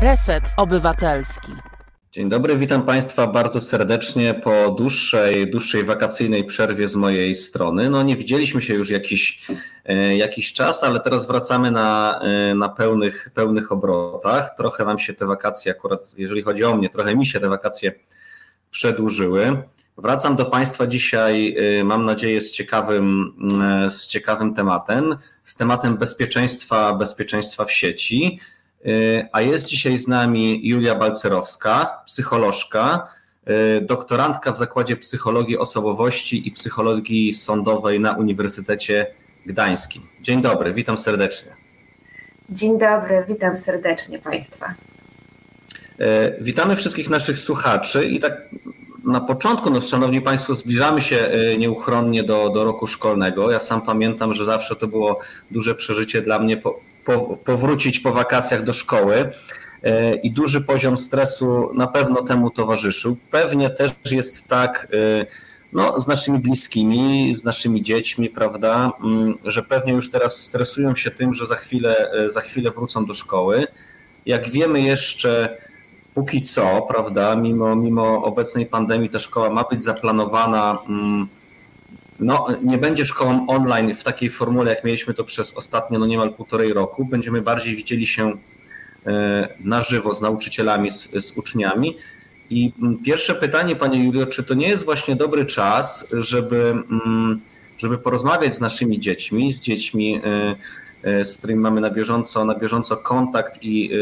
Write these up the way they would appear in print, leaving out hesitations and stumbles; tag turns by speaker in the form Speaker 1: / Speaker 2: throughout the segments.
Speaker 1: Reset Obywatelski.
Speaker 2: Dzień dobry, witam Państwa bardzo serdecznie po dłuższej wakacyjnej przerwie z mojej strony. No nie widzieliśmy się już jakiś czas, ale teraz wracamy na pełnych obrotach. Trochę nam się te wakacje, akurat jeżeli chodzi o mnie, trochę mi się te wakacje przedłużyły. Wracam do Państwa dzisiaj, mam nadzieję, z ciekawym tematem, z tematem bezpieczeństwa w sieci. A jest dzisiaj z nami Julia Balcerowska, psycholożka, doktorantka w Zakładzie Psychologii Osobowości i Psychologii Sądowej na Uniwersytecie Gdańskim. Dzień dobry, witam serdecznie.
Speaker 3: Dzień dobry, witam serdecznie Państwa.
Speaker 2: Witamy wszystkich naszych słuchaczy i tak na początku, szanowni Państwo, zbliżamy się nieuchronnie do roku szkolnego. Ja sam pamiętam, że zawsze to było duże przeżycie dla mnie powrócić po wakacjach do szkoły i duży poziom stresu na pewno temu towarzyszył. Pewnie też jest tak z naszymi bliskimi, z naszymi dziećmi, prawda, że pewnie już teraz stresują się tym, że za chwilę wrócą do szkoły. Jak wiemy jeszcze póki co, prawda, mimo obecnej pandemii ta szkoła ma być zaplanowana. Nie będzie szkołą online w takiej formule, jak mieliśmy to przez ostatnie niemal 1,5 roku. Będziemy bardziej widzieli się na żywo z nauczycielami, z uczniami. I pierwsze pytanie, Pani Julio, czy to nie jest właśnie dobry czas, żeby porozmawiać z naszymi dziećmi, z którymi mamy na bieżąco kontakt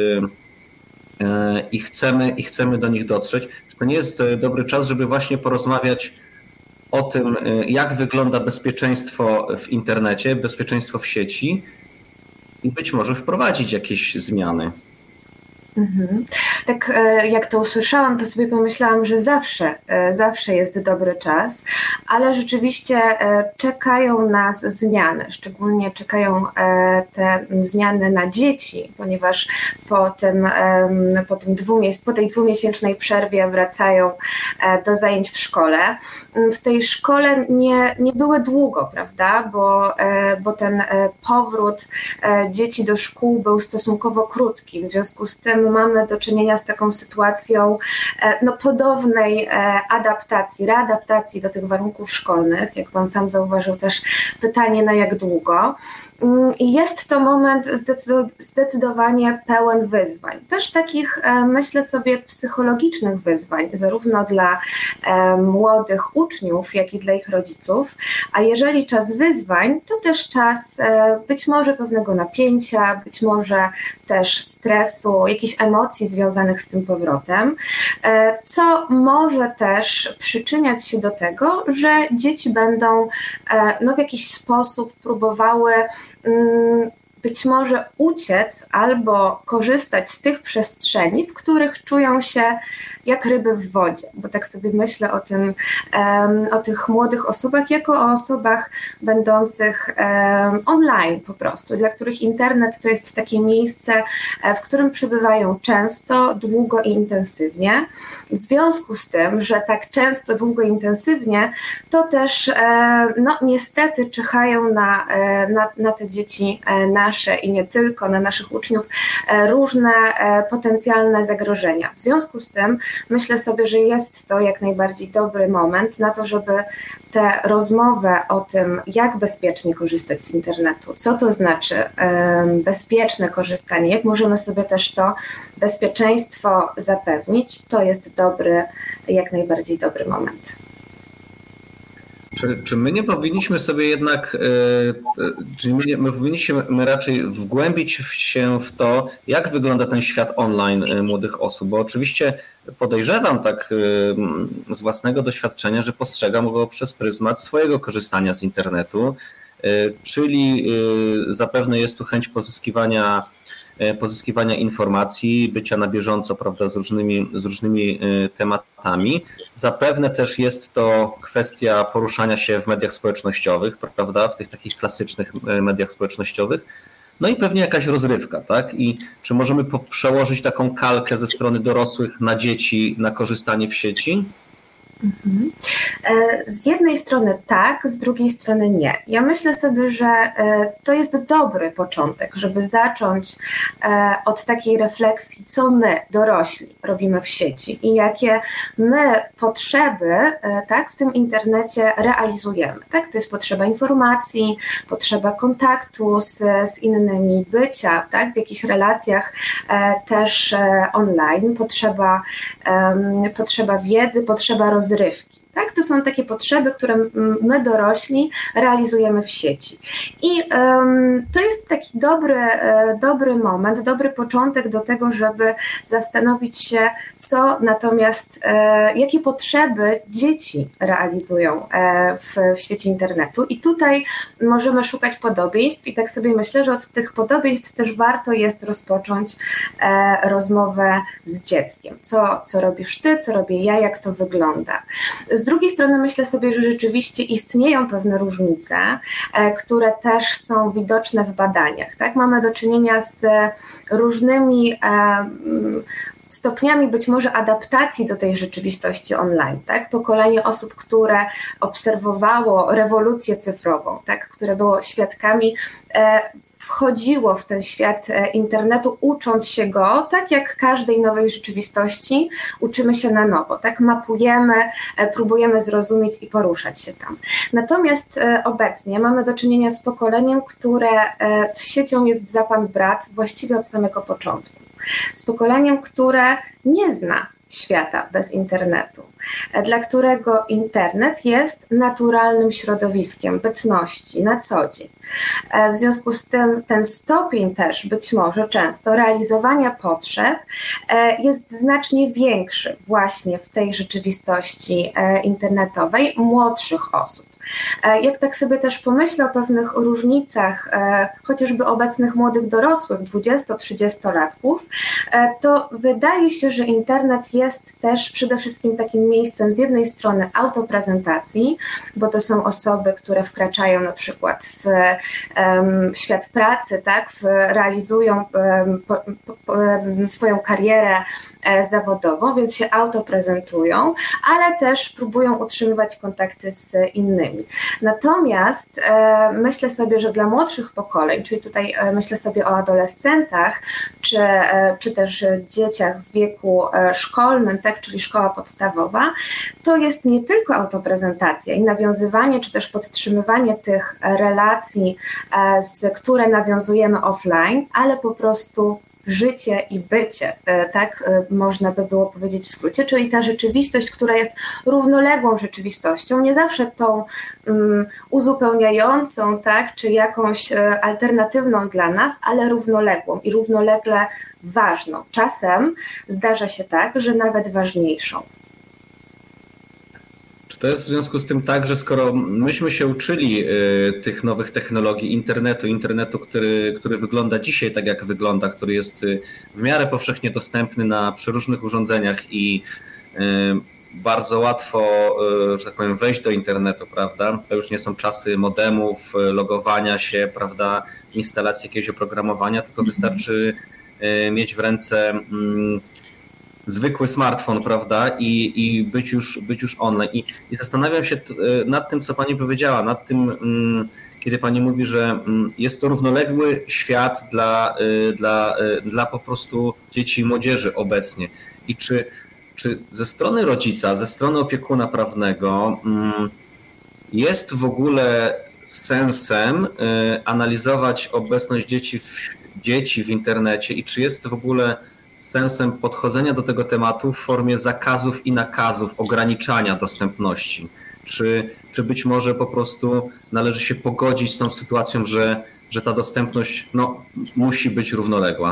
Speaker 2: i chcemy do nich dotrzeć. Czy to nie jest dobry czas, żeby właśnie porozmawiać o tym, jak wygląda bezpieczeństwo w internecie, bezpieczeństwo w sieci i być może wprowadzić jakieś zmiany?
Speaker 3: Tak jak to usłyszałam, to sobie pomyślałam, że zawsze jest dobry czas, ale rzeczywiście czekają nas zmiany, szczególnie czekają te zmiany na dzieci, ponieważ po tej 2-miesięcznej przerwie wracają do zajęć w szkole. W tej szkole nie były długo, prawda, bo ten powrót dzieci do szkół był stosunkowo krótki, w związku z tym mamy do czynienia z taką sytuacją podobnej readaptacji do tych warunków szkolnych, jak Pan sam zauważył, też pytanie na jak długo. I jest to moment zdecydowanie pełen wyzwań. Też takich, myślę sobie, psychologicznych wyzwań, zarówno dla młodych uczniów, jak i dla ich rodziców. A jeżeli czas wyzwań, to też czas być może pewnego napięcia, być może też stresu, jakichś emocji związanych z tym powrotem, co może też przyczyniać się do tego, że dzieci będą w jakiś sposób próbowały być może uciec albo korzystać z tych przestrzeni, w których czują się jak ryby w wodzie, bo tak sobie myślę o tych młodych osobach jako o osobach będących online po prostu, dla których internet to jest takie miejsce, w którym przebywają często, długo i intensywnie. W związku z tym, że tak często, długo i intensywnie, to też niestety czyhają na te dzieci nasze i nie tylko, na naszych uczniów różne potencjalne zagrożenia. W związku z tym myślę sobie, że jest to jak najbardziej dobry moment na to, żeby tę rozmowę o tym, jak bezpiecznie korzystać z internetu, co to znaczy bezpieczne korzystanie, jak możemy sobie też to bezpieczeństwo zapewnić, to jest jak najbardziej dobry moment.
Speaker 2: Czy my nie powinniśmy sobie jednak, my powinniśmy raczej wgłębić się w to, jak wygląda ten świat online młodych osób, bo oczywiście podejrzewam tak z własnego doświadczenia, że postrzegam go przez pryzmat swojego korzystania z internetu, czyli zapewne jest tu chęć pozyskiwania informacji, bycia na bieżąco, prawda, z różnymi tematami. Zapewne też jest to kwestia poruszania się w mediach społecznościowych, prawda, w tych takich klasycznych mediach społecznościowych. No i pewnie jakaś rozrywka, tak? I czy możemy przełożyć taką kalkę ze strony dorosłych na dzieci, na korzystanie w sieci?
Speaker 3: Z jednej strony tak, z drugiej strony nie. Ja myślę sobie, że to jest dobry początek, żeby zacząć od takiej refleksji, co my, dorośli, robimy w sieci i jakie my potrzeby, tak, w tym internecie realizujemy. Tak? To jest potrzeba informacji, potrzeba kontaktu z innymi, bycia, tak, w jakichś relacjach też online, potrzeba wiedzy, potrzeba rozrywki. Tak? To są takie potrzeby, które my dorośli realizujemy w sieci. I to jest taki dobry moment, dobry początek do tego, żeby zastanowić się, co natomiast, jakie potrzeby dzieci realizują w świecie internetu. I tutaj możemy szukać podobieństw i tak sobie myślę, że od tych podobieństw też warto jest rozpocząć rozmowę z dzieckiem. Co robisz ty, co robię ja, jak to wygląda. Z drugiej strony myślę sobie, że rzeczywiście istnieją pewne różnice, które też są widoczne w badaniach. Tak? Mamy do czynienia z różnymi stopniami być może adaptacji do tej rzeczywistości online. Tak? Pokolenie osób, które obserwowało rewolucję cyfrową, tak? Które było świadkami, wchodziło w ten świat internetu, ucząc się go, tak jak każdej nowej rzeczywistości, uczymy się na nowo, tak mapujemy, próbujemy zrozumieć i poruszać się tam. Natomiast obecnie mamy do czynienia z pokoleniem, które z siecią jest za pan brat właściwie od samego początku. Z pokoleniem, które nie zna świata bez internetu, dla którego internet jest naturalnym środowiskiem bytności na co dzień. W związku z tym ten stopień też być może często realizowania potrzeb jest znacznie większy właśnie w tej rzeczywistości internetowej młodszych osób. Jak tak sobie też pomyślę o pewnych różnicach, chociażby obecnych młodych dorosłych, 20-30-latków, to wydaje się, że internet jest też przede wszystkim takim miejscem z jednej strony autoprezentacji, bo to są osoby, które wkraczają na przykład w świat pracy, tak, realizują swoją karierę zawodową, więc się autoprezentują, ale też próbują utrzymywać kontakty z innymi. Natomiast myślę sobie, że dla młodszych pokoleń, czyli tutaj myślę sobie o adolescentach, czy też dzieciach w wieku szkolnym, tak, czyli szkoła podstawowa, to jest nie tylko autoprezentacja i nawiązywanie, czy też podtrzymywanie tych relacji, które nawiązujemy offline, ale po prostu życie i bycie, tak można by było powiedzieć w skrócie, czyli ta rzeczywistość, która jest równoległą rzeczywistością, nie zawsze tą uzupełniającą, tak, czy jakąś alternatywną dla nas, ale równoległą i równolegle ważną. Czasem zdarza się tak, że nawet ważniejszą.
Speaker 2: To jest w związku z tym tak, że skoro myśmy się uczyli tych nowych technologii internetu, który wygląda dzisiaj tak, jak wygląda, który jest w miarę powszechnie dostępny na przeróżnych urządzeniach i bardzo łatwo, że tak powiem, wejść do internetu, prawda? To już nie są czasy modemów, logowania się, prawda, instalacji jakiegoś oprogramowania, tylko wystarczy mieć w ręce zwykły smartfon, prawda, i być już online. I zastanawiam się nad tym, co pani powiedziała, nad tym, kiedy pani mówi, że jest to równoległy świat dla po prostu dzieci i młodzieży obecnie. I czy ze strony rodzica, ze strony opiekuna prawnego jest w ogóle sensem analizować obecność dzieci w internecie i czy jest w ogóle sensem podchodzenia do tego tematu w formie zakazów i nakazów, ograniczania dostępności? Czy być może po prostu należy się pogodzić z tą sytuacją, że ta dostępność musi być równoległa?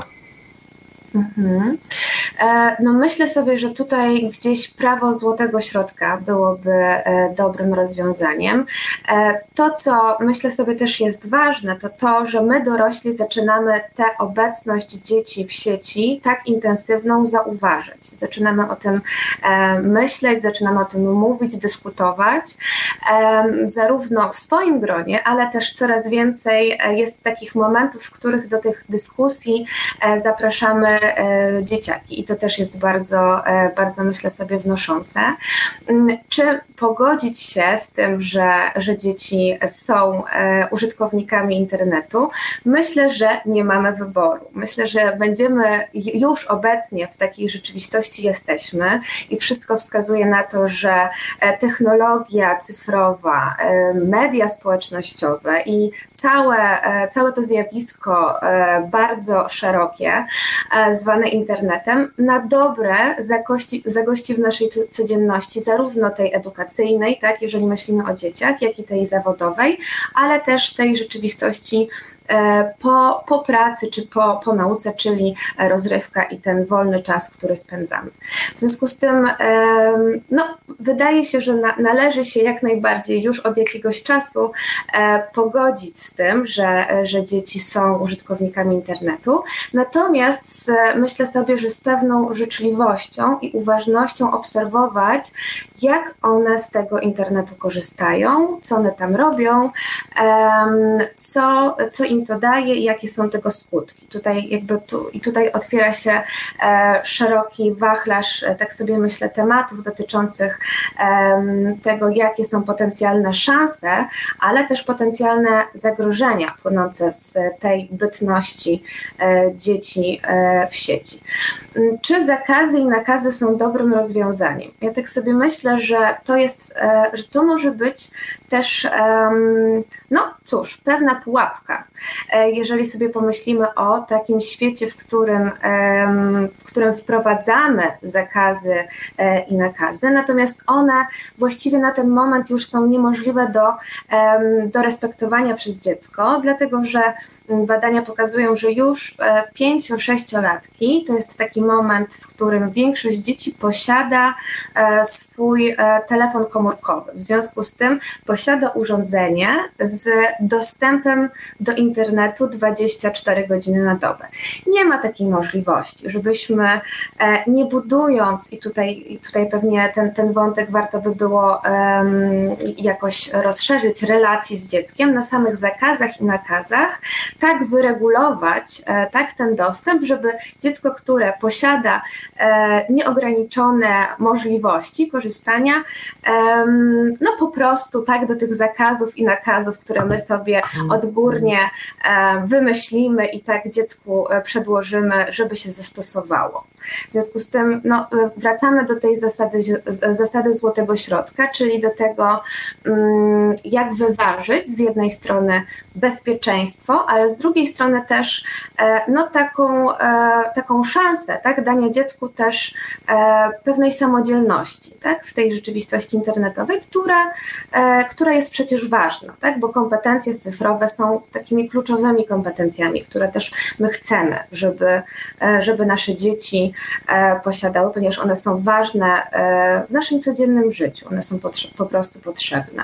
Speaker 3: No myślę sobie, że tutaj gdzieś prawo złotego środka byłoby dobrym rozwiązaniem. To, co myślę sobie też jest ważne, to, że my dorośli zaczynamy tę obecność dzieci w sieci tak intensywną zauważać. Zaczynamy o tym myśleć, zaczynamy o tym mówić, dyskutować, zarówno w swoim gronie, ale też coraz więcej jest takich momentów, w których do tych dyskusji zapraszamy dzieciaki. I to też jest bardzo, bardzo myślę sobie wnoszące. Czy pogodzić się z tym, że dzieci są użytkownikami internetu? Myślę, że nie mamy wyboru. Myślę, że będziemy już obecnie w takiej rzeczywistości jesteśmy i wszystko wskazuje na to, że technologia cyfrowa, media społecznościowe i całe to zjawisko bardzo szerokie, zwane internetem, na dobre zagości w naszej codzienności, zarówno tej edukacyjnej, tak, jeżeli myślimy o dzieciach, jak i tej zawodowej, ale też tej rzeczywistości po pracy czy po nauce, czyli rozrywka i ten wolny czas, który spędzamy. W związku z tym wydaje się, że należy się jak najbardziej już od jakiegoś czasu pogodzić z tym, że dzieci są użytkownikami internetu. Natomiast myślę sobie, że z pewną życzliwością i uważnością obserwować, jak one z tego internetu korzystają, co one tam robią, co im to daje i jakie są tego skutki. Tutaj otwiera się szeroki wachlarz, tak sobie myślę, tematów dotyczących tego, jakie są potencjalne szanse, ale też potencjalne zagrożenia płynące z tej bytności dzieci w sieci. Czy zakazy i nakazy są dobrym rozwiązaniem? Ja tak sobie myślę, że to może być też, pewna pułapka. Jeżeli sobie pomyślimy o takim świecie, w którym wprowadzamy zakazy i nakazy, natomiast one właściwie na ten moment już są niemożliwe do respektowania przez dziecko, dlatego że badania pokazują, że już 5-6-latki to jest taki moment, w którym większość dzieci posiada swój telefon komórkowy. W związku z tym posiada urządzenie z dostępem do internetu 24 godziny na dobę. Nie ma takiej możliwości, żebyśmy nie budując, i tutaj pewnie ten wątek warto by było jakoś rozszerzyć, relacji z dzieckiem na samych zakazach i nakazach, tak wyregulować ten dostęp, żeby dziecko, które posiada nieograniczone możliwości korzystania, po prostu do tych zakazów i nakazów, które my sobie odgórnie wymyślimy i tak dziecku przedłożymy, żeby się zastosowało. W związku z tym wracamy do tej zasady złotego środka, czyli do tego, jak wyważyć z jednej strony bezpieczeństwo, ale z drugiej strony też taką szansę, tak, dania dziecku też pewnej samodzielności, tak, w tej rzeczywistości internetowej, która jest przecież ważna, tak, bo kompetencje cyfrowe są takimi kluczowymi kompetencjami, które też my chcemy, żeby nasze dzieci posiadały, ponieważ one są ważne w naszym codziennym życiu, one są po prostu potrzebne.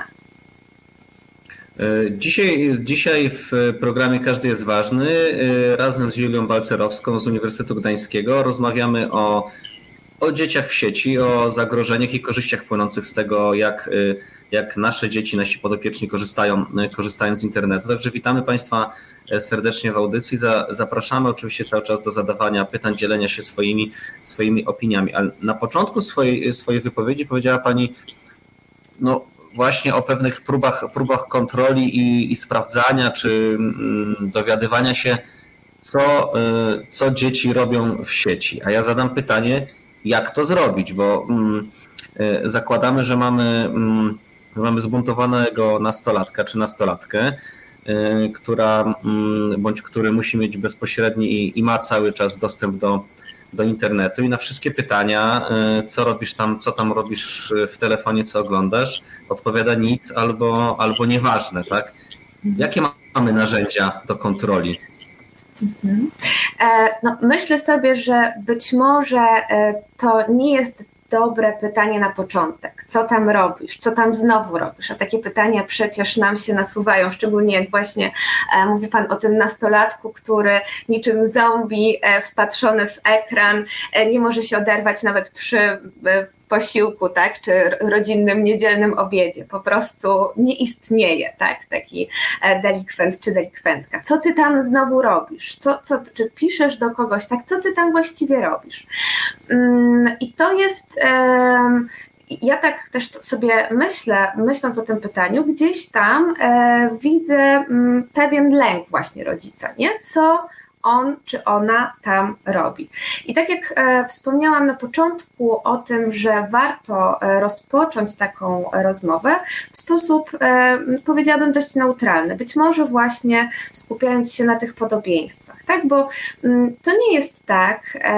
Speaker 2: Dzisiaj w programie Każdy jest ważny razem z Julią Balcerowską z Uniwersytetu Gdańskiego rozmawiamy o dzieciach w sieci, o zagrożeniach i korzyściach płynących z tego, jak nasze dzieci, nasi podopieczni korzystają z internetu. Także witamy Państwa serdecznie w audycji. Zapraszamy oczywiście cały czas do zadawania pytań, dzielenia się swoimi opiniami. Ale na początku swojej wypowiedzi powiedziała Pani właśnie o pewnych próbach kontroli i sprawdzania, czy dowiadywania się, co dzieci robią w sieci. A ja zadam pytanie, jak to zrobić, bo zakładamy, że mamy zbuntowanego nastolatka czy nastolatkę, który musi mieć bezpośredni i ma cały czas dostęp do internetu i na wszystkie pytania, co robisz tam, co tam robisz w telefonie, co oglądasz, odpowiada nic albo nieważne, tak? Jakie mamy narzędzia do kontroli?
Speaker 3: Myślę sobie, że być może to nie jest dobre pytanie na początek. Co tam robisz? Co tam znowu robisz? A takie pytania przecież nam się nasuwają, szczególnie jak właśnie mówi Pan o tym nastolatku, który niczym zombie wpatrzony w ekran, nie może się oderwać nawet przy posiłku, tak, czy rodzinnym niedzielnym obiedzie. Po prostu nie istnieje, tak, taki delikwent czy delikwentka. Co ty tam znowu robisz? Czy piszesz do kogoś, tak, co ty tam właściwie robisz? I to jest... Ja tak też sobie myśląc o tym pytaniu, gdzieś tam widzę pewien lęk właśnie rodzica, nie? Co on czy ona tam robi. I tak jak wspomniałam na początku o tym, że warto rozpocząć taką rozmowę w sposób, powiedziałabym, dość neutralny, być może właśnie skupiając się na tych podobieństwach, tak? Bo to nie jest tak,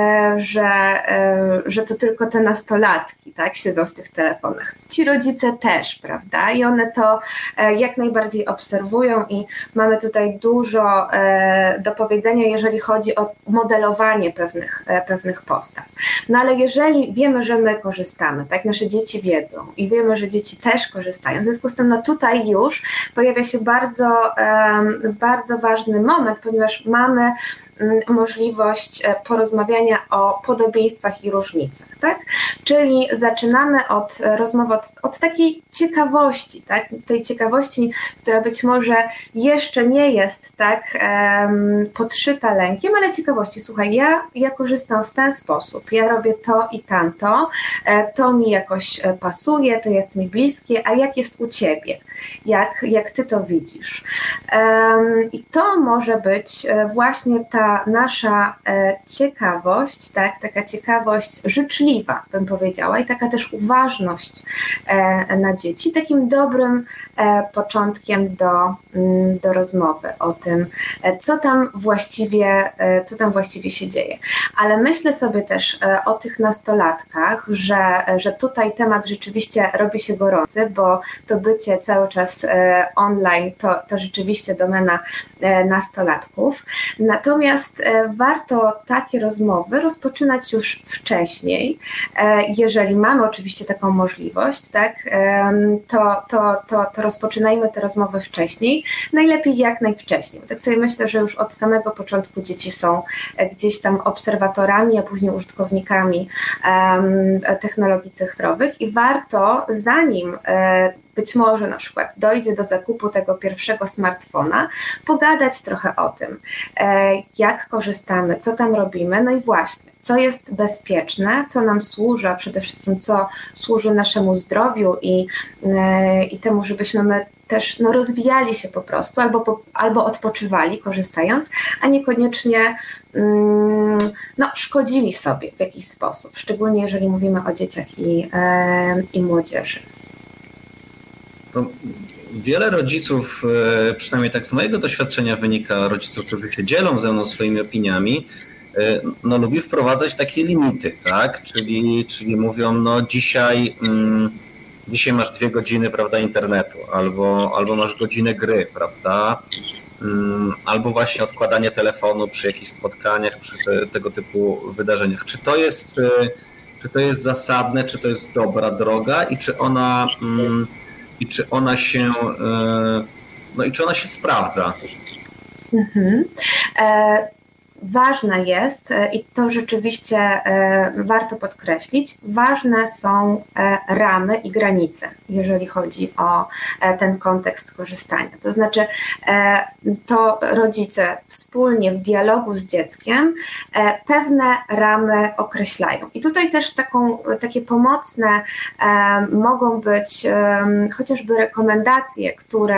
Speaker 3: że to tylko te nastolatki, tak, siedzą w tych telefonach. Ci rodzice też, prawda? I one to jak najbardziej obserwują i mamy tutaj dużo do powiedzenia, jeżeli chodzi o modelowanie pewnych postaw. No ale jeżeli wiemy, że my korzystamy, tak, nasze dzieci wiedzą i wiemy, że dzieci też korzystają, w związku z tym no tutaj już pojawia się bardzo ważny moment, ponieważ mamy możliwość porozmawiania o podobieństwach i różnicach, tak? Czyli zaczynamy od rozmowy od takiej ciekawości, tak? Tej ciekawości, która być może jeszcze nie jest tak podszyta lękiem, ale ciekawości. Słuchaj, ja korzystam w ten sposób, ja robię to i tamto, to mi jakoś pasuje, to jest mi bliskie, a jak jest u ciebie? Jak ty to widzisz? I to może być właśnie ta nasza ciekawość, tak, taka ciekawość życzliwa, bym powiedziała, i taka też uważność na dzieci, takim dobrym początkiem do rozmowy o tym, co tam właściwie się dzieje. Ale myślę sobie też o tych nastolatkach, że tutaj temat rzeczywiście robi się gorący, bo to bycie cały czas online to rzeczywiście domena nastolatków. Natomiast warto takie rozmowy rozpoczynać już wcześniej, jeżeli mamy oczywiście taką możliwość, tak, to rozpoczynajmy te rozmowy wcześniej, najlepiej jak najwcześniej. Tak sobie myślę, że już od samego początku dzieci są gdzieś tam obserwatorami, a później użytkownikami technologii cyfrowych i warto, zanim być może na przykład dojdzie do zakupu tego pierwszego smartfona, pogadać trochę o tym, jak korzystamy, co tam robimy, no i właśnie, co jest bezpieczne, co nam służy, a przede wszystkim co służy naszemu zdrowiu i temu, żebyśmy my też rozwijali się po prostu albo odpoczywali korzystając, a niekoniecznie szkodzili sobie w jakiś sposób, szczególnie jeżeli mówimy o dzieciach i młodzieży.
Speaker 2: Wiele rodziców, przynajmniej tak z mojego doświadczenia wynika, rodziców, którzy się dzielą ze mną swoimi opiniami, lubi wprowadzać takie limity, tak? Czyli mówią, dzisiaj masz 2 godziny, prawda, internetu, albo masz godzinę gry, prawda? Albo właśnie odkładanie telefonu przy jakichś spotkaniach, przy tego typu wydarzeniach. Czy to jest zasadne, czy to jest dobra droga i czy ona się sprawdza?
Speaker 3: Ważne jest, i to rzeczywiście warto podkreślić, ważne są ramy i granice, jeżeli chodzi o ten kontekst korzystania. To znaczy, to rodzice wspólnie w dialogu z dzieckiem pewne ramy określają. I tutaj też takie pomocne mogą być chociażby rekomendacje,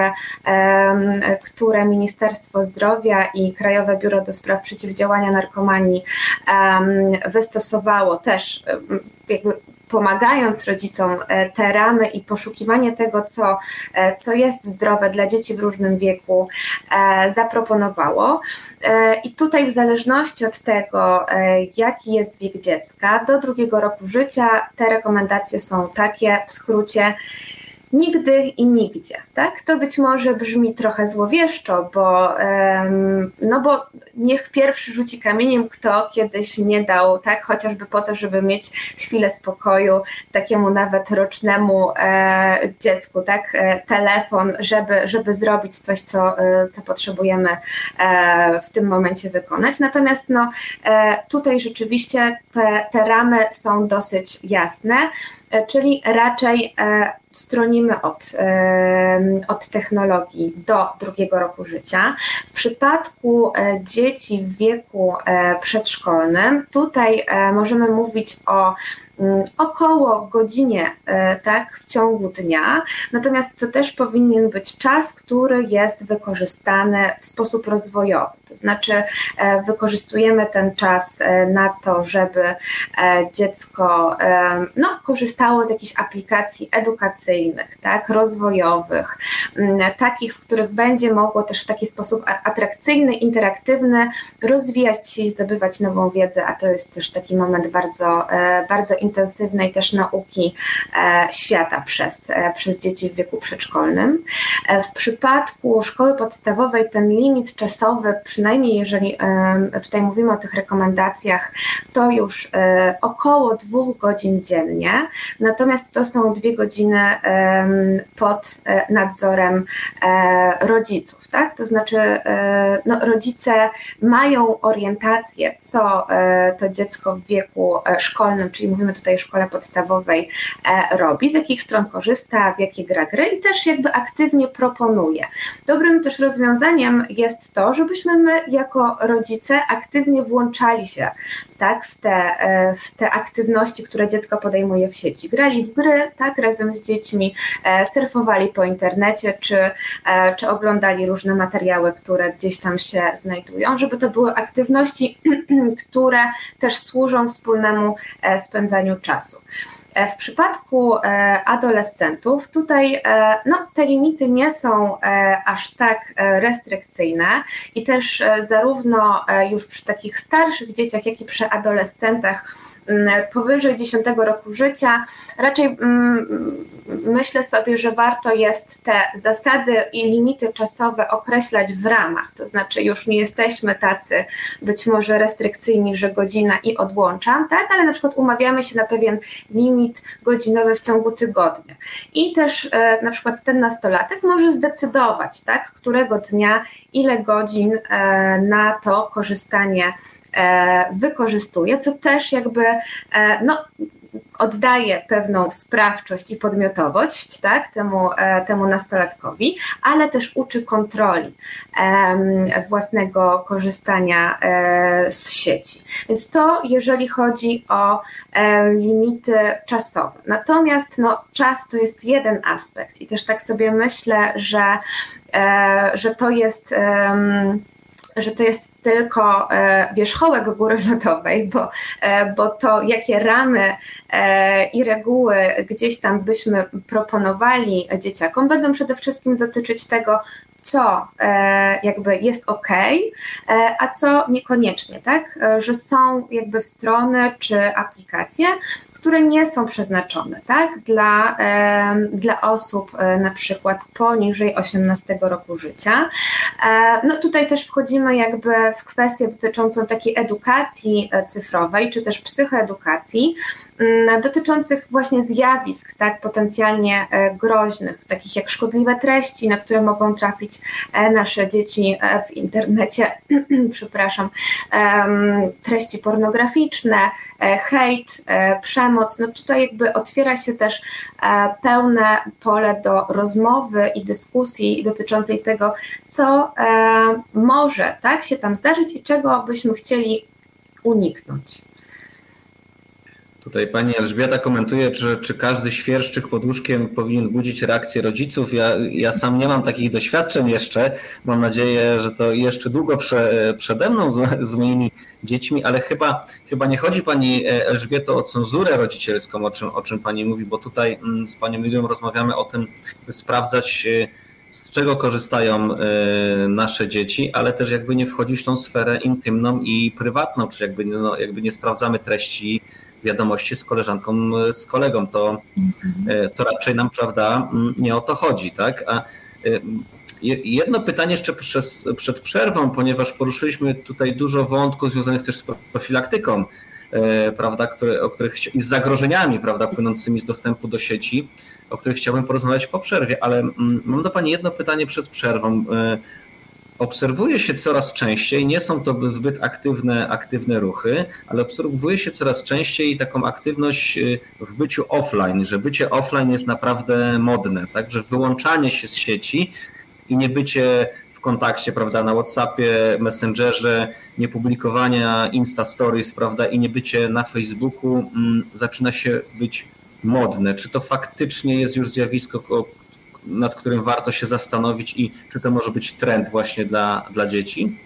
Speaker 3: które Ministerstwo Zdrowia i Krajowe Biuro do Spraw Przeciwdziałania Narkomanii wystosowało też jakby pomagając rodzicom te ramy i poszukiwanie tego, co jest zdrowe dla dzieci w różnym wieku, zaproponowało. I tutaj w zależności od tego, jaki jest wiek dziecka, do 2 roku życia te rekomendacje są takie w skrócie: nigdy i nigdzie, tak? To być może brzmi trochę złowieszczo, bo niech pierwszy rzuci kamieniem, kto kiedyś nie dał, tak? Chociażby po to, żeby mieć chwilę spokoju takiemu nawet rocznemu dziecku, tak? Telefon, żeby zrobić coś, co potrzebujemy w tym momencie wykonać. Natomiast tutaj rzeczywiście te ramy są dosyć jasne, czyli raczej stronimy od technologii do 2 roku życia. W przypadku dzieci w wieku przedszkolnym, tutaj możemy mówić o około godzinie, tak, w ciągu dnia, natomiast to też powinien być czas, który jest wykorzystany w sposób rozwojowy, to znaczy wykorzystujemy ten czas na to, żeby dziecko korzystało z jakichś aplikacji edukacyjnych, tak, rozwojowych, takich, w których będzie mogło też w taki sposób atrakcyjny, interaktywny rozwijać się i zdobywać nową wiedzę, a to jest też taki moment bardzo intensywnej też nauki świata przez dzieci w wieku przedszkolnym. W przypadku szkoły podstawowej ten limit czasowy, przynajmniej jeżeli tutaj mówimy o tych rekomendacjach, to już około 2 godzin dziennie, natomiast to są 2 godziny pod nadzorem rodziców, tak? To znaczy rodzice mają orientację, co to dziecko w wieku szkolnym, czyli mówimy tutaj o szkole podstawowej, robi, z jakich stron korzysta, w jakie gra gry i też jakby aktywnie proponuje. Dobrym też rozwiązaniem jest to, żebyśmy my jako rodzice aktywnie włączali się, tak, w te aktywności, które dziecko podejmuje w sieci. Grali w gry, tak, razem z dziećmi, surfowali po internecie, czy oglądali różne materiały, które gdzieś tam się znajdują, żeby to były aktywności, które też służą wspólnemu spędzaniu czasu. W przypadku adolescentów tutaj te limity nie są aż tak restrykcyjne i też zarówno już przy takich starszych dzieciach, jak i przy adolescentach powyżej 10 roku życia, raczej myślę sobie, że warto jest te zasady i limity czasowe określać w ramach, to znaczy już nie jesteśmy tacy być może restrykcyjni, że godzina i odłączam, tak, ale na przykład umawiamy się na pewien limit godzinowy w ciągu tygodnia i też na przykład ten nastolatek może zdecydować, tak, którego dnia, ile godzin na to korzystanie wykorzystuje, co też jakby oddaje pewną sprawczość i podmiotowość, tak, temu nastolatkowi, ale też uczy kontroli własnego korzystania z sieci. Więc to jeżeli chodzi o limity czasowe. Natomiast czas to jest jeden aspekt i też tak sobie myślę, że to jest tylko wierzchołek góry lodowej, bo to jakie ramy i reguły gdzieś tam byśmy proponowali dzieciakom, będą przede wszystkim dotyczyć tego, co jakby jest okej, a co niekoniecznie, tak? Że są jakby strony czy aplikacje, które nie są przeznaczone, tak, dla osób na przykład poniżej 18 roku życia. Tutaj też wchodzimy jakby w kwestię dotyczącą takiej edukacji cyfrowej, czy też psychoedukacji, dotyczących właśnie zjawisk, tak, potencjalnie groźnych, takich jak szkodliwe treści, na które mogą trafić nasze dzieci w internecie, treści pornograficzne, hejt, przemoc. Tutaj jakby otwiera się też pełne pole do rozmowy i dyskusji dotyczącej tego, co może, tak, się tam zdarzyć i czego byśmy chcieli uniknąć.
Speaker 2: Tutaj pani Elżbieta komentuje, czy każdy świerszczyk pod łóżkiem powinien budzić reakcję rodziców. Ja sam nie mam takich doświadczeń jeszcze. Mam nadzieję, że to jeszcze długo przede mną z moimi dziećmi, ale chyba nie chodzi pani Elżbieto o cenzurę rodzicielską, o czym pani mówi, bo tutaj z panią Julią rozmawiamy o tym, by sprawdzać, z czego korzystają nasze dzieci, ale też jakby nie wchodzić w tą sferę intymną i prywatną, czy jakby nie sprawdzamy treści wiadomości z koleżanką, z kolegą. To raczej nam, prawda, nie o to chodzi, tak? A jedno pytanie jeszcze przed przerwą, ponieważ poruszyliśmy tutaj dużo wątków związanych też z profilaktyką, prawda, i z zagrożeniami, prawda, płynącymi z dostępu do sieci, o których chciałbym porozmawiać po przerwie, ale mam do Pani jedno pytanie przed przerwą. Obserwuje się coraz częściej, nie są to zbyt aktywne ruchy, ale obserwuje się coraz częściej taką aktywność w byciu offline, że bycie offline jest naprawdę modne, tak, że wyłączanie się z sieci i nie bycie w kontakcie, prawda, na WhatsAppie, Messengerze, nie publikowania Insta Stories, prawda, i nie bycie na Facebooku zaczyna się być modne. Czy to faktycznie jest już zjawisko, nad którym warto się zastanowić i czy to może być trend właśnie dla dzieci?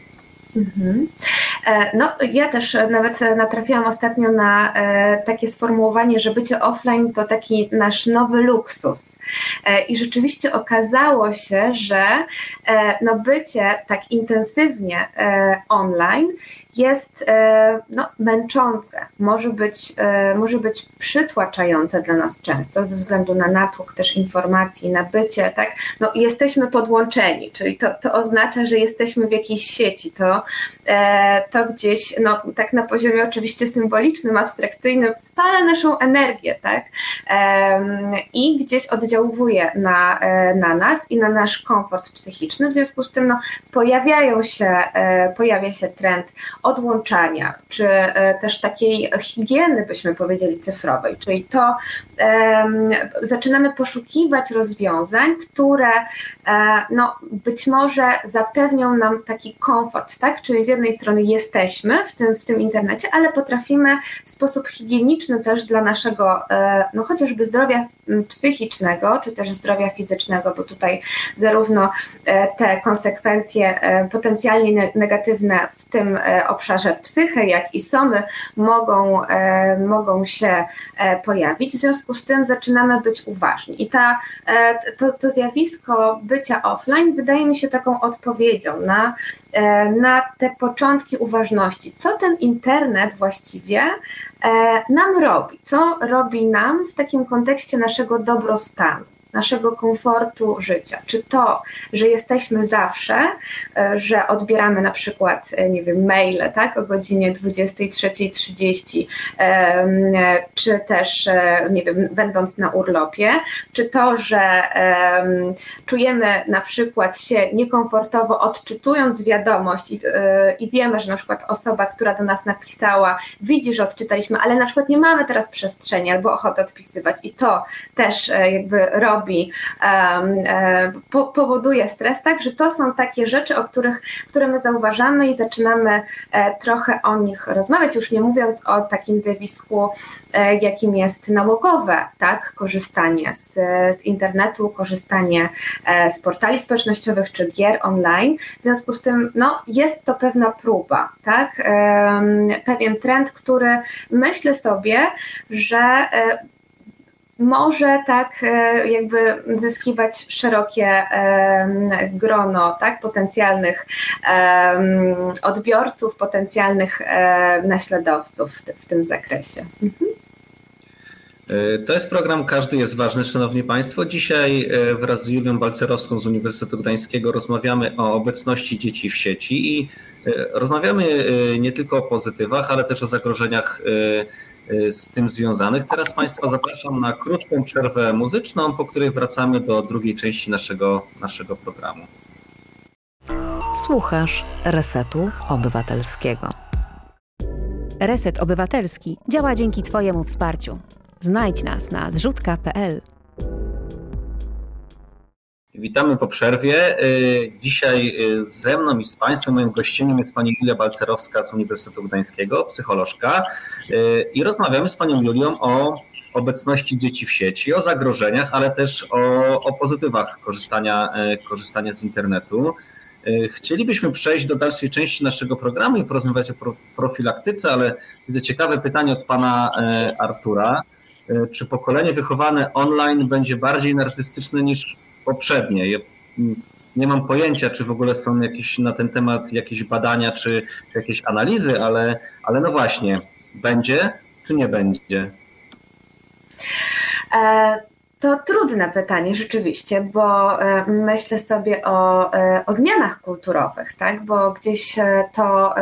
Speaker 3: No, ja też nawet natrafiłam ostatnio na takie sformułowanie, że bycie offline to taki nasz nowy luksus. I rzeczywiście okazało się, że no, bycie tak intensywnie online jest męczące, może być przytłaczające dla nas często ze względu na natłok też informacji, na bycie, tak, no jesteśmy podłączeni, czyli to oznacza, że jesteśmy w jakiejś sieci, to gdzieś, no tak na poziomie oczywiście symbolicznym, abstrakcyjnym spala naszą energię, tak, i gdzieś oddziałuje na nas i na nasz komfort psychiczny, w związku z tym no, pojawia się trend odłączania, czy też takiej higieny, byśmy powiedzieli, cyfrowej, czyli to zaczynamy poszukiwać rozwiązań, które no, być może zapewnią nam taki komfort, tak? Czyli z jednej strony jesteśmy w tym internecie, ale potrafimy w sposób higieniczny też dla naszego no, chociażby zdrowia psychicznego, czy też zdrowia fizycznego, bo tutaj zarówno te konsekwencje potencjalnie negatywne w tym obszarze psychy, jak i somy mogą się pojawić. W związku z tym zaczynamy być uważni. I to zjawisko bycia offline wydaje mi się taką odpowiedzią na te początki uważności. Co ten internet właściwie nam robi? Co robi nam w takim kontekście naszego dobrostanu, naszego komfortu życia? Czy to, że jesteśmy zawsze, że odbieramy na przykład, nie wiem, maile, tak, o godzinie 23:30, czy też, nie wiem, będąc na urlopie, czy to, że czujemy na przykład się niekomfortowo odczytując wiadomość i wiemy, że na przykład osoba, która do nas napisała, widzi, że odczytaliśmy, ale na przykład nie mamy teraz przestrzeni albo ochoty odpisywać i to też jakby powoduje stres, tak, że to są takie rzeczy, które my zauważamy i zaczynamy trochę o nich rozmawiać, już nie mówiąc o takim zjawisku, jakim jest nałogowe, tak, korzystanie z internetu, korzystanie z portali społecznościowych czy gier online. W związku z tym no, jest to pewna próba, tak, pewien trend, który myślę sobie, że może tak jakby zyskiwać szerokie grono, tak, potencjalnych odbiorców, potencjalnych naśladowców w tym zakresie.
Speaker 2: To jest program Każdy jest ważny, szanowni państwo. Dzisiaj wraz z Julią Balcerowską z Uniwersytetu Gdańskiego rozmawiamy o obecności dzieci w sieci i rozmawiamy nie tylko o pozytywach, ale też o zagrożeniach z tym związanych. Teraz państwa zapraszam na krótką przerwę muzyczną, po której wracamy do drugiej części naszego programu.
Speaker 1: Słuchasz Resetu Obywatelskiego.
Speaker 4: Reset Obywatelski działa dzięki Twojemu wsparciu. Znajdź nas na zrzutka.pl.
Speaker 2: Witamy po przerwie. Dzisiaj ze mną i z Państwem, moim gościem jest pani Julia Balcerowska z Uniwersytetu Gdańskiego, psycholożka, i rozmawiamy z panią Julią o obecności dzieci w sieci, o zagrożeniach, ale też o pozytywach korzystania z internetu. Chcielibyśmy przejść do dalszej części naszego programu i porozmawiać o profilaktyce, ale widzę ciekawe pytanie od pana Artura. Czy pokolenie wychowane online będzie bardziej narcystyczne niż poprzednie? Nie mam pojęcia, czy w ogóle są jakieś na ten temat jakieś badania, czy jakieś analizy, ale no właśnie, będzie czy nie będzie?
Speaker 3: To trudne pytanie rzeczywiście, bo myślę sobie o zmianach kulturowych, tak? Bo gdzieś to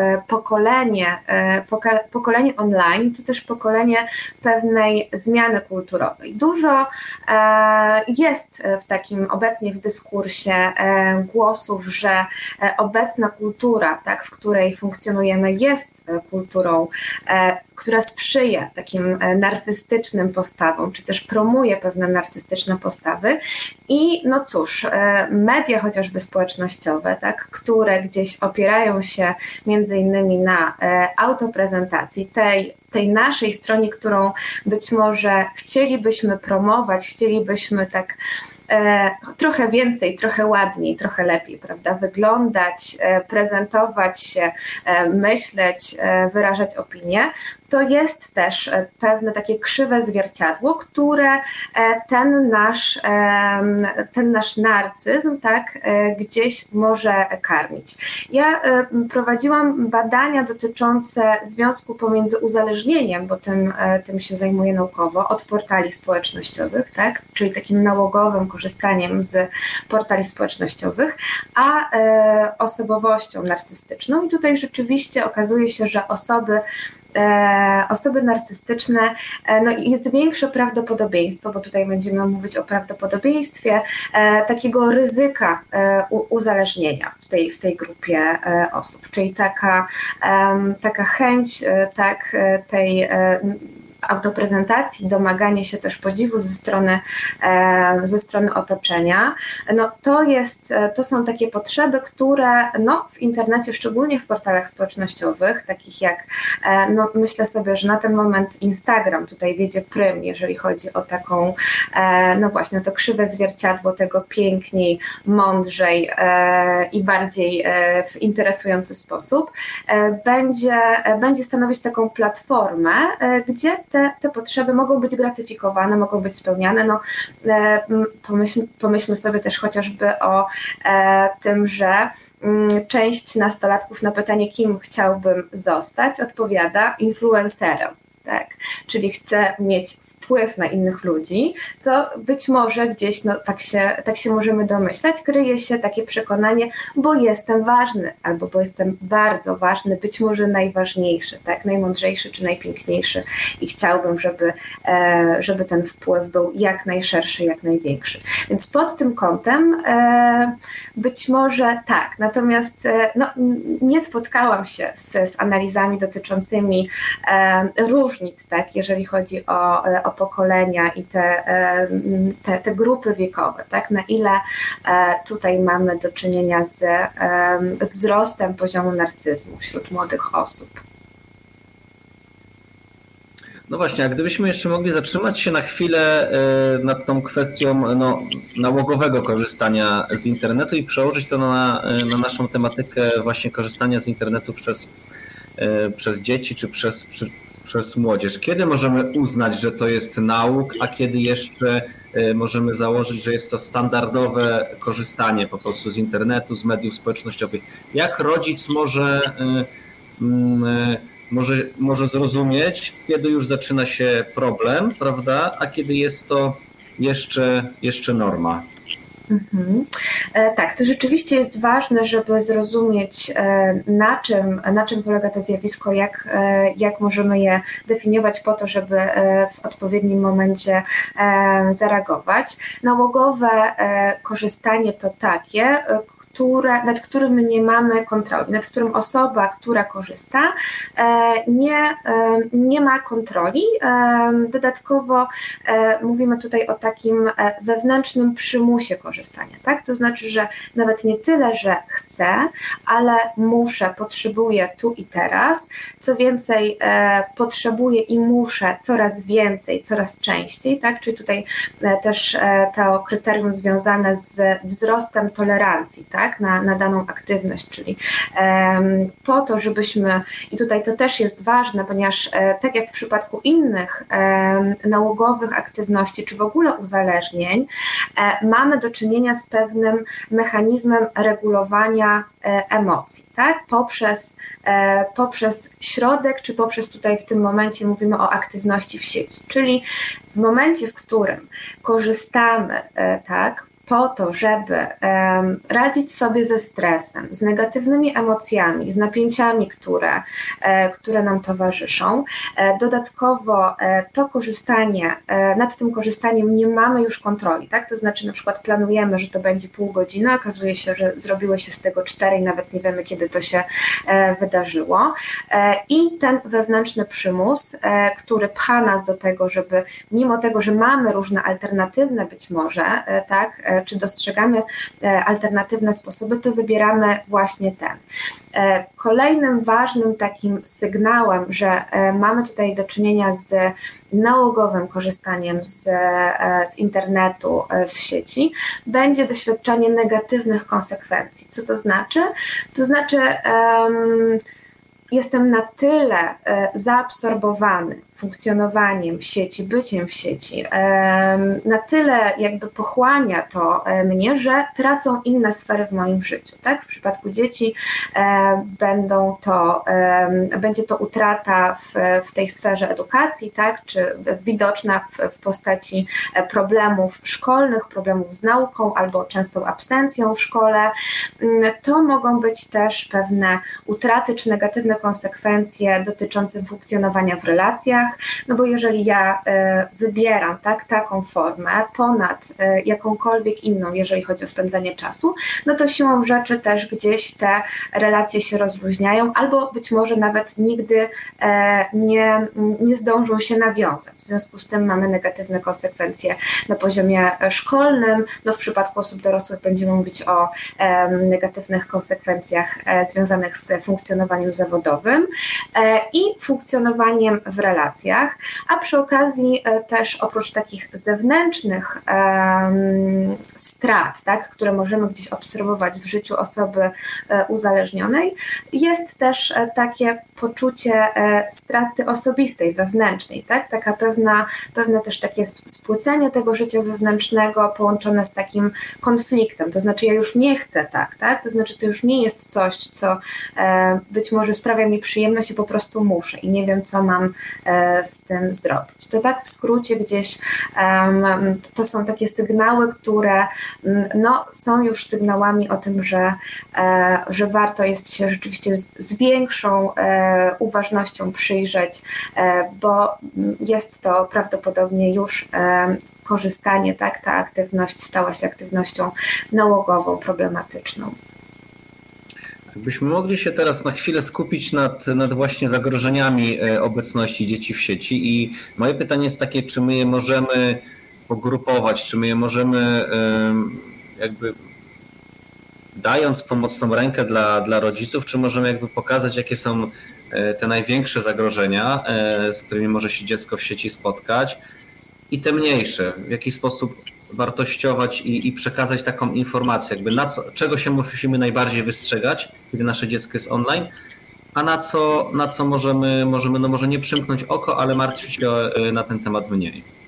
Speaker 3: pokolenie online to też pokolenie pewnej zmiany kulturowej. Dużo jest w takim obecnie w dyskursie głosów, że obecna kultura, tak, w której funkcjonujemy, jest kulturą, która sprzyja takim narcystycznym postawom, czy też promuje pewne narcystyczne postawy. I no cóż, media chociażby społecznościowe, tak, które gdzieś opierają się między innymi na autoprezentacji, tej naszej stronie, którą być może chcielibyśmy promować, chcielibyśmy tak trochę więcej, trochę ładniej, trochę lepiej, prawda, wyglądać, prezentować się, myśleć, wyrażać opinie, to jest też pewne takie krzywe zwierciadło, które ten nasz narcyzm, tak, gdzieś może karmić. Ja prowadziłam badania dotyczące związku pomiędzy uzależnieniem, bo tym się zajmuję naukowo, od portali społecznościowych, tak, czyli takim nałogowym korzystaniem z portali społecznościowych, a osobowością narcystyczną. I tutaj rzeczywiście okazuje się, że osoby narcystyczne, no jest większe prawdopodobieństwo, bo tutaj będziemy mówić o prawdopodobieństwie takiego ryzyka uzależnienia w tej grupie osób, czyli taka chęć tej autoprezentacji, domaganie się też podziwu ze strony otoczenia. No to są takie potrzeby, które no, w internecie, szczególnie w portalach społecznościowych, takich jak, no myślę sobie, że na ten moment Instagram tutaj wiedzie prym, jeżeli chodzi o taką, no właśnie, to krzywe zwierciadło tego piękniej, mądrzej i bardziej w interesujący sposób, będzie stanowić taką platformę, gdzie te potrzeby mogą być gratyfikowane, mogą być spełniane. No, pomyślmy sobie też chociażby o tym, że część nastolatków na pytanie, kim chciałbym zostać, odpowiada influencerem. Tak? Czyli chcę mieć wpływ na innych ludzi, co być może gdzieś, no tak się możemy domyślać, kryje się takie przekonanie, bo jestem ważny, albo bo jestem bardzo ważny, być może najważniejszy, tak, najmądrzejszy czy najpiękniejszy i chciałbym, żeby ten wpływ był jak najszerszy, jak największy. Więc pod tym kątem być może tak, natomiast no, nie spotkałam się z analizami dotyczącymi różnic, tak, jeżeli chodzi o pokolenia i te grupy wiekowe, tak? Na ile tutaj mamy do czynienia z wzrostem poziomu narcyzmu wśród młodych osób.
Speaker 2: No właśnie, a gdybyśmy jeszcze mogli zatrzymać się na chwilę nad tą kwestią nałogowego korzystania z internetu i przełożyć to na naszą tematykę właśnie korzystania z internetu przez dzieci czy przez młodzież. Kiedy możemy uznać, że to jest nauk, a kiedy jeszcze możemy założyć, że jest to standardowe korzystanie po prostu z internetu, z mediów społecznościowych? Jak rodzic może zrozumieć, kiedy już zaczyna się problem, prawda, a kiedy jest to jeszcze norma?
Speaker 3: Tak, to rzeczywiście jest ważne, żeby zrozumieć, na czym polega to zjawisko, jak możemy je definiować po to, żeby w odpowiednim momencie zareagować. Nałogowe korzystanie to takie, nad którym nie mamy kontroli, nad którym osoba, która korzysta, nie ma kontroli. Dodatkowo mówimy tutaj o takim wewnętrznym przymusie korzystania, tak? To znaczy, że nawet nie tyle, że chcę, ale muszę, potrzebuję tu i teraz. Co więcej, potrzebuję i muszę coraz więcej, coraz częściej, tak? Czyli tutaj też to kryterium związane z wzrostem tolerancji, tak? tak, na daną aktywność, czyli po to, żebyśmy, i tutaj to też jest ważne, ponieważ tak jak w przypadku innych nałogowych aktywności, czy w ogóle uzależnień, mamy do czynienia z pewnym mechanizmem regulowania emocji, tak? Poprzez środek, czy poprzez tutaj w tym momencie mówimy o aktywności w sieci, czyli w momencie, w którym korzystamy, tak, po to, żeby radzić sobie ze stresem, z negatywnymi emocjami, z napięciami, które nam towarzyszą. Dodatkowo to korzystanie, nad tym korzystaniem nie mamy już kontroli, tak? To znaczy na przykład planujemy, że to będzie pół godziny, okazuje się, że zrobiło się z tego 4 i nawet nie wiemy, kiedy to się wydarzyło. I ten wewnętrzny przymus, który pcha nas do tego, żeby mimo tego, że mamy różne alternatywne być może, tak, czy dostrzegamy alternatywne sposoby, to wybieramy właśnie ten. Kolejnym ważnym takim sygnałem, że mamy tutaj do czynienia z nałogowym korzystaniem z internetu, z sieci, będzie doświadczanie negatywnych konsekwencji. Co to znaczy? To znaczy jestem na tyle zaabsorbowany funkcjonowaniem w sieci, byciem w sieci, na tyle jakby pochłania to mnie, że tracą inne sfery w moim życiu. Tak? W przypadku dzieci będzie to utrata w tej sferze edukacji, tak? Czy widoczna w postaci problemów szkolnych, problemów z nauką albo częstą absencją w szkole. To mogą być też pewne utraty czy negatywne konsekwencje dotyczące funkcjonowania w relacjach, no bo jeżeli ja wybieram taką formę ponad jakąkolwiek inną, jeżeli chodzi o spędzanie czasu, no to siłą rzeczy też gdzieś te relacje się rozluźniają albo być może nawet nigdy nie zdążą się nawiązać. W związku z tym mamy negatywne konsekwencje na poziomie szkolnym. No w przypadku osób dorosłych będziemy mówić o negatywnych konsekwencjach związanych z funkcjonowaniem zawodowym i funkcjonowaniem w relacjach, a przy okazji też oprócz takich zewnętrznych strat, tak, które możemy gdzieś obserwować w życiu osoby uzależnionej, jest też takie poczucie straty osobistej, wewnętrznej, tak? Taka pewne też takie spłycenie tego życia wewnętrznego połączone z takim konfliktem, to znaczy ja już nie chcę tak? To znaczy to już nie jest coś, co być może sprawia mi przyjemność i po prostu muszę i nie wiem, co mam z tym zrobić. To tak w skrócie gdzieś to są takie sygnały, które no, są już sygnałami o tym, że warto jest się rzeczywiście z większą uważnością przyjrzeć, bo jest to prawdopodobnie już korzystanie, tak, ta aktywność stała się aktywnością nałogową, problematyczną.
Speaker 2: Byśmy mogli się teraz na chwilę skupić nad właśnie zagrożeniami obecności dzieci w sieci i moje pytanie jest takie, czy my je możemy pogrupować, czy my je możemy jakby dając pomocną rękę dla rodziców, czy możemy jakby pokazać, jakie są te największe zagrożenia, z którymi może się dziecko w sieci spotkać i te mniejsze, w jaki sposób wartościować i przekazać taką informację, jakby czego się musimy najbardziej wystrzegać, kiedy nasze dziecko jest online, a na co możemy no może nie przymknąć oko, ale martwić się na ten temat mniej.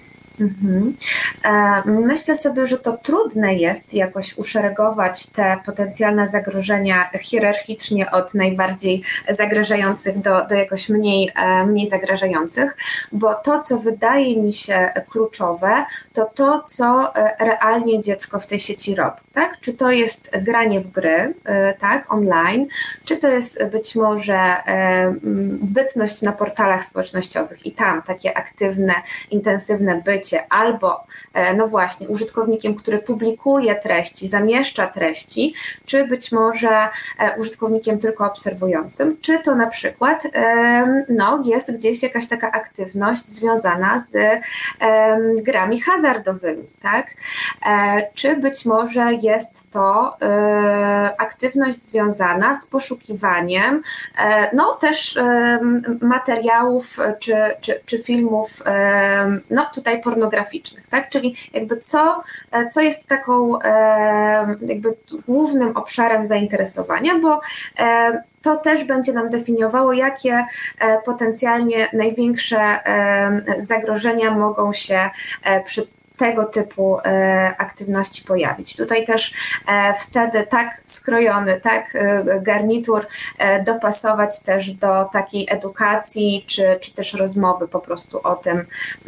Speaker 3: Myślę sobie, że to trudne jest jakoś uszeregować te potencjalne zagrożenia hierarchicznie od najbardziej zagrażających do jakoś mniej zagrażających, bo to, co wydaje mi się kluczowe, to co realnie dziecko w tej sieci robi. Tak? Czy to jest granie w gry, tak, online, czy to jest być może bytność na portalach społecznościowych i tam takie aktywne, intensywne bycie, albo no właśnie użytkownikiem, który publikuje treści, zamieszcza treści, czy być może użytkownikiem tylko obserwującym, czy to na przykład no, jest gdzieś jakaś taka aktywność związana z grami hazardowymi, tak? Czy być może jest to aktywność związana z poszukiwaniem no też materiałów czy filmów no tutaj pornograficznych, tak? Czyli jakby co jest taką jakby głównym obszarem zainteresowania, bo to też będzie nam definiowało, jakie potencjalnie największe zagrożenia mogą się przy tego typu aktywności pojawić. Tutaj też wtedy tak skrojony, tak garnitur dopasować też do takiej edukacji, czy też rozmowy po prostu o tym,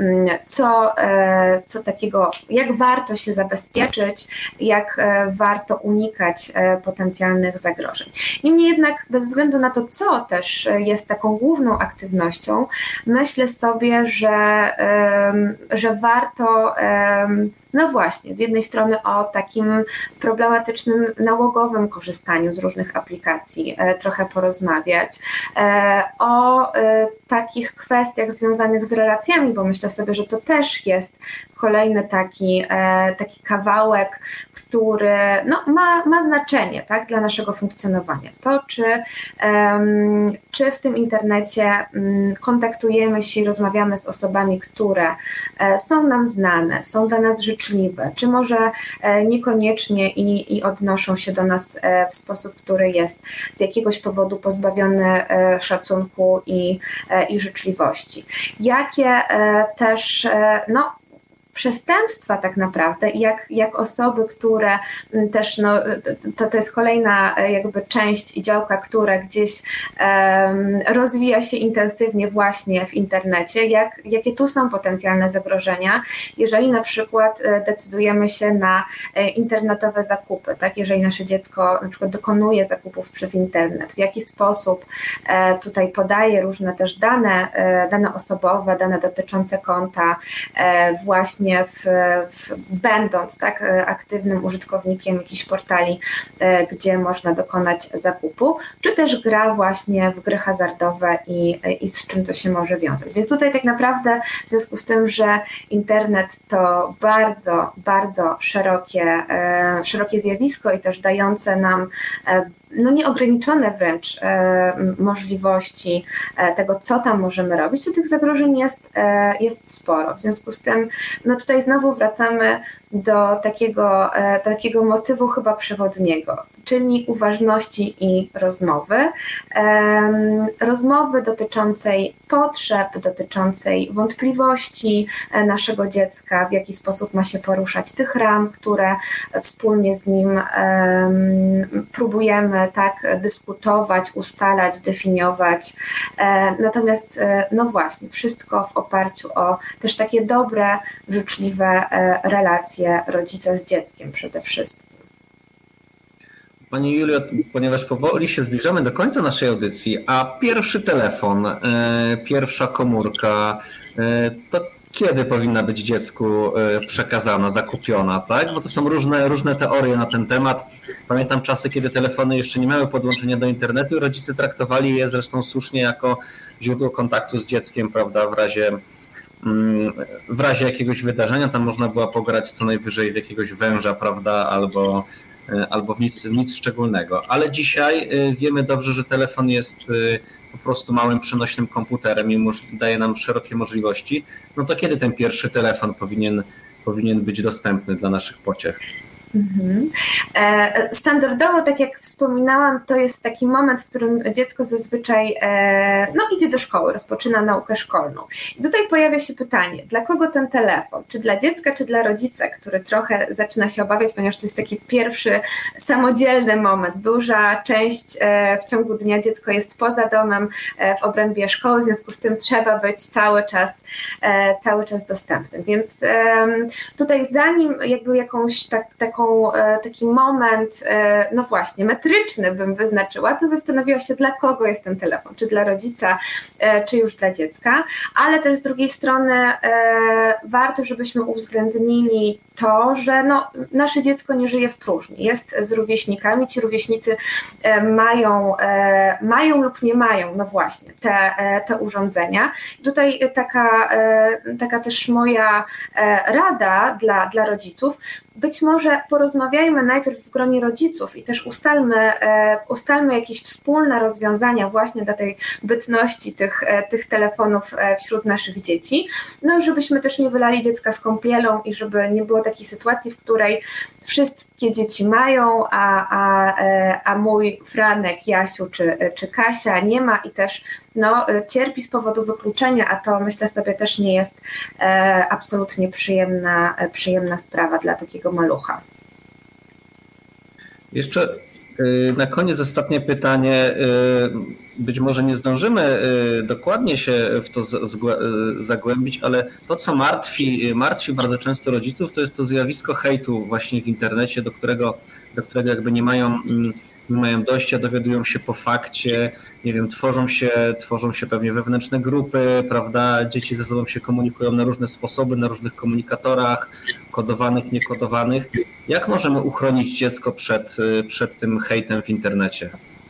Speaker 3: co takiego, jak warto się zabezpieczyć, jak warto unikać potencjalnych zagrożeń. Niemniej jednak bez względu na to, co też jest taką główną aktywnością, myślę sobie, że warto no właśnie, z jednej strony o takim problematycznym nałogowym korzystaniu z różnych aplikacji trochę porozmawiać, o takich kwestiach związanych z relacjami, bo myślę sobie, że to też jest kolejny taki kawałek, który no, ma znaczenie, tak, dla naszego funkcjonowania. To, czy w tym internecie kontaktujemy się i rozmawiamy z osobami, które są nam znane, są dla nas życzliwe, czy może niekoniecznie i odnoszą się do nas w sposób, który jest z jakiegoś powodu pozbawiony szacunku i życzliwości. Jakie też no, przestępstwa tak naprawdę, jak osoby, które też, no, to jest kolejna jakby część i działka, która gdzieś rozwija się intensywnie właśnie w internecie, jakie tu są potencjalne zagrożenia, jeżeli na przykład decydujemy się na internetowe zakupy, tak? Jeżeli nasze dziecko na przykład dokonuje zakupów przez internet, w jaki sposób tutaj podaje różne też dane osobowe, dane dotyczące konta właśnie będąc tak aktywnym użytkownikiem jakichś portali, gdzie można dokonać zakupu, czy też gra właśnie w gry hazardowe i z czym to się może wiązać. Więc tutaj tak naprawdę w związku z tym, że internet to bardzo, bardzo szerokie zjawisko i też dające nam no nieograniczone wręcz możliwości tego, co tam możemy robić, to tych zagrożeń jest sporo. W związku z tym, no tutaj znowu wracamy do takiego motywu chyba przewodniego, czyli uważności i rozmowy. Rozmowy dotyczącej potrzeb, dotyczącej wątpliwości naszego dziecka, w jaki sposób ma się poruszać, tych ram, które wspólnie z nim próbujemy tak dyskutować, ustalać, definiować. Natomiast no właśnie, wszystko w oparciu o też takie dobre, życzliwe relacje rodzica z dzieckiem przede wszystkim.
Speaker 2: Pani Julio, ponieważ powoli się zbliżamy do końca naszej audycji, a pierwszy telefon, pierwsza komórka, to kiedy powinna być dziecku przekazana, zakupiona, tak? Bo to są różne teorie na ten temat. Pamiętam czasy, kiedy telefony jeszcze nie miały podłączenia do internetu i rodzice traktowali je zresztą słusznie jako źródło kontaktu z dzieckiem, prawda, w razie jakiegoś wydarzenia. Tam można było pograć co najwyżej w jakiegoś węża, prawda, albo w nic szczególnego. Ale dzisiaj wiemy dobrze, że telefon jest po prostu małym przenośnym komputerem i daje nam szerokie możliwości. No to kiedy ten pierwszy telefon powinien być dostępny dla naszych pociech?
Speaker 3: Standardowo, tak jak wspominałam, to jest taki moment, w którym dziecko zazwyczaj idzie do szkoły, rozpoczyna naukę szkolną. I tutaj pojawia się pytanie, dla kogo ten telefon? Czy dla dziecka, czy dla rodzica, który trochę zaczyna się obawiać, ponieważ to jest taki pierwszy samodzielny moment. Duża część w ciągu dnia dziecko jest poza domem, w obrębie szkoły, w związku z tym trzeba być cały czas dostępnym. Więc tutaj zanim jakby jakąś taki moment, no właśnie, metryczny bym wyznaczyła, to zastanowiła się, dla kogo jest ten telefon, czy dla rodzica, czy już dla dziecka, ale też z drugiej strony warto, żebyśmy uwzględnili to, że no, nasze dziecko nie żyje w próżni, jest z rówieśnikami, ci rówieśnicy mają lub nie mają, no właśnie, te urządzenia. I tutaj taka też moja rada dla rodziców, być może porozmawiajmy najpierw w gronie rodziców i też ustalmy jakieś wspólne rozwiązania właśnie dla tej bytności tych telefonów wśród naszych dzieci, no żebyśmy też nie wylali dziecka z kąpielą i żeby nie było takiej sytuacji, w której wszystkie dzieci mają, a mój Franek, Jasiu czy Kasia nie ma i też cierpi z powodu wykluczenia, a to myślę sobie też nie jest absolutnie przyjemna sprawa dla takiego malucha.
Speaker 2: Jeszcze na koniec ostatnie pytanie. Być może nie zdążymy dokładnie się w to zagłębić, ale to, co martwi bardzo często rodziców, to jest to zjawisko hejtu właśnie w internecie, do którego jakby nie mają dojścia, dowiadują się po fakcie, nie wiem, tworzą się pewnie wewnętrzne grupy, prawda? Dzieci ze sobą się komunikują na różne sposoby, na różnych komunikatorach, kodowanych, niekodowanych. Jak możemy uchronić dziecko przed tym hejtem w internecie?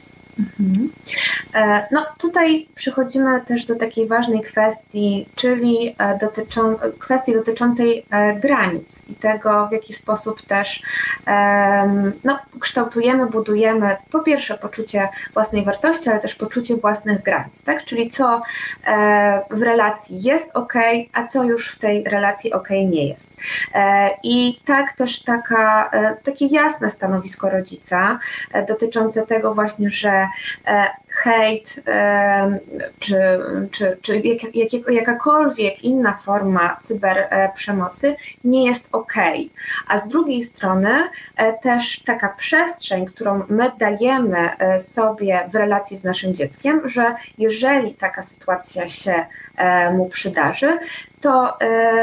Speaker 3: No tutaj przechodzimy też do takiej ważnej kwestii, czyli kwestii dotyczącej granic i tego, w jaki sposób też kształtujemy, budujemy po pierwsze poczucie własnej wartości, ale też poczucie własnych granic, tak? Czyli co w relacji jest ok, a co już w tej relacji ok nie jest. I tak też takie jasne stanowisko rodzica dotyczące tego właśnie, że hejt czy jakakolwiek inna forma cyberprzemocy nie jest okej. A z drugiej strony też taka przestrzeń, którą my dajemy sobie w relacji z naszym dzieckiem, że jeżeli taka sytuacja się mu przydarzy, to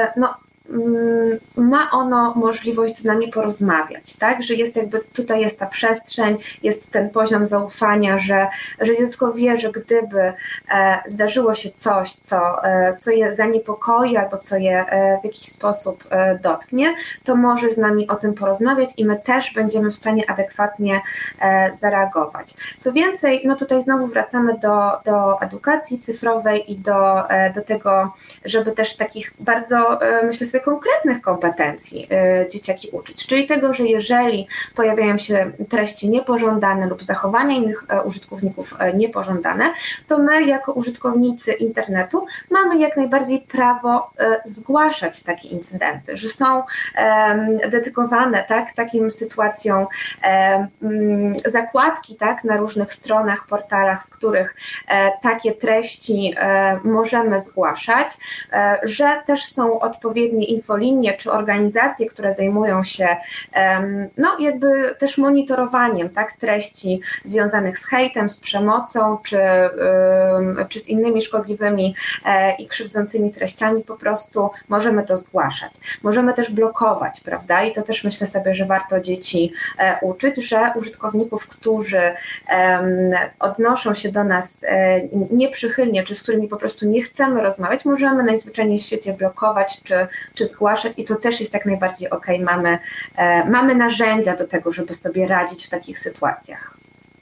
Speaker 3: ma ono możliwość z nami porozmawiać, tak? Że tutaj jest ta przestrzeń, jest ten poziom zaufania, że dziecko wie, że gdyby zdarzyło się coś, co je zaniepokoi albo co je w jakiś sposób dotknie, to może z nami o tym porozmawiać i my też będziemy w stanie adekwatnie zareagować. Co więcej, tutaj znowu wracamy do edukacji cyfrowej i do tego, żeby też takich bardzo, myślę sobie, konkretnych kompetencji dzieciaki uczyć, czyli tego, że jeżeli pojawiają się treści niepożądane lub zachowania innych użytkowników niepożądane, to my jako użytkownicy internetu mamy jak najbardziej prawo zgłaszać takie incydenty, że są dedykowane takim sytuacjom zakładki na różnych stronach, portalach, w których takie treści możemy zgłaszać, że też są odpowiednie infolinie czy organizacje, które zajmują się jakby też monitorowaniem treści związanych z hejtem, z przemocą czy z innymi szkodliwymi i krzywdzącymi treściami, po prostu możemy to zgłaszać. Możemy też blokować, prawda? I to też myślę sobie, że warto dzieci uczyć, że użytkowników, którzy odnoszą się do nas nieprzychylnie, czy z którymi po prostu nie chcemy rozmawiać, możemy najzwyczajniej w świecie blokować, czy zgłaszać i to też jest jak najbardziej okej. Mamy narzędzia do tego, żeby sobie radzić w takich sytuacjach.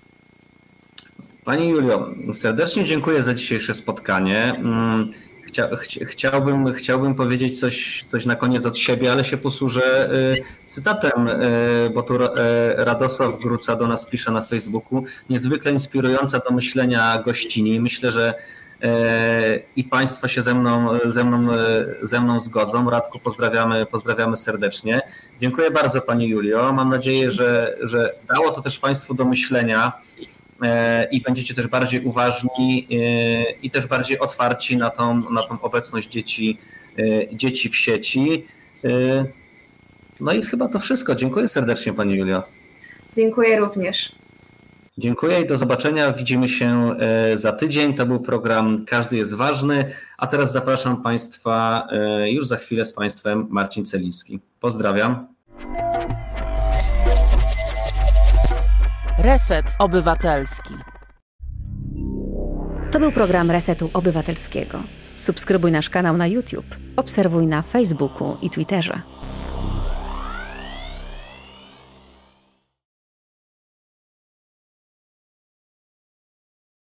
Speaker 2: Pani Julio, serdecznie dziękuję za dzisiejsze spotkanie. Chciałbym powiedzieć coś na koniec od siebie, ale się posłużę cytatem, bo tu Radosław Gruca do nas pisze na Facebooku. Niezwykle inspirująca do myślenia gościni. Myślę, że i Państwo się ze mną zgodzą. Radku, pozdrawiamy serdecznie. Dziękuję bardzo Pani Julio. Mam nadzieję, że dało to też Państwu do myślenia i będziecie też bardziej uważni i też bardziej otwarci na tą obecność dzieci w sieci. No i chyba to wszystko. Dziękuję serdecznie Pani Julio.
Speaker 3: Dziękuję również.
Speaker 2: Dziękuję i do zobaczenia. Widzimy się za tydzień. To był program Każdy jest ważny, a teraz zapraszam Państwa już za chwilę z Państwem Marcin Celiński. Pozdrawiam.
Speaker 5: Reset Obywatelski.
Speaker 4: To był program Resetu Obywatelskiego. Subskrybuj nasz kanał na YouTube, obserwuj na Facebooku i Twitterze.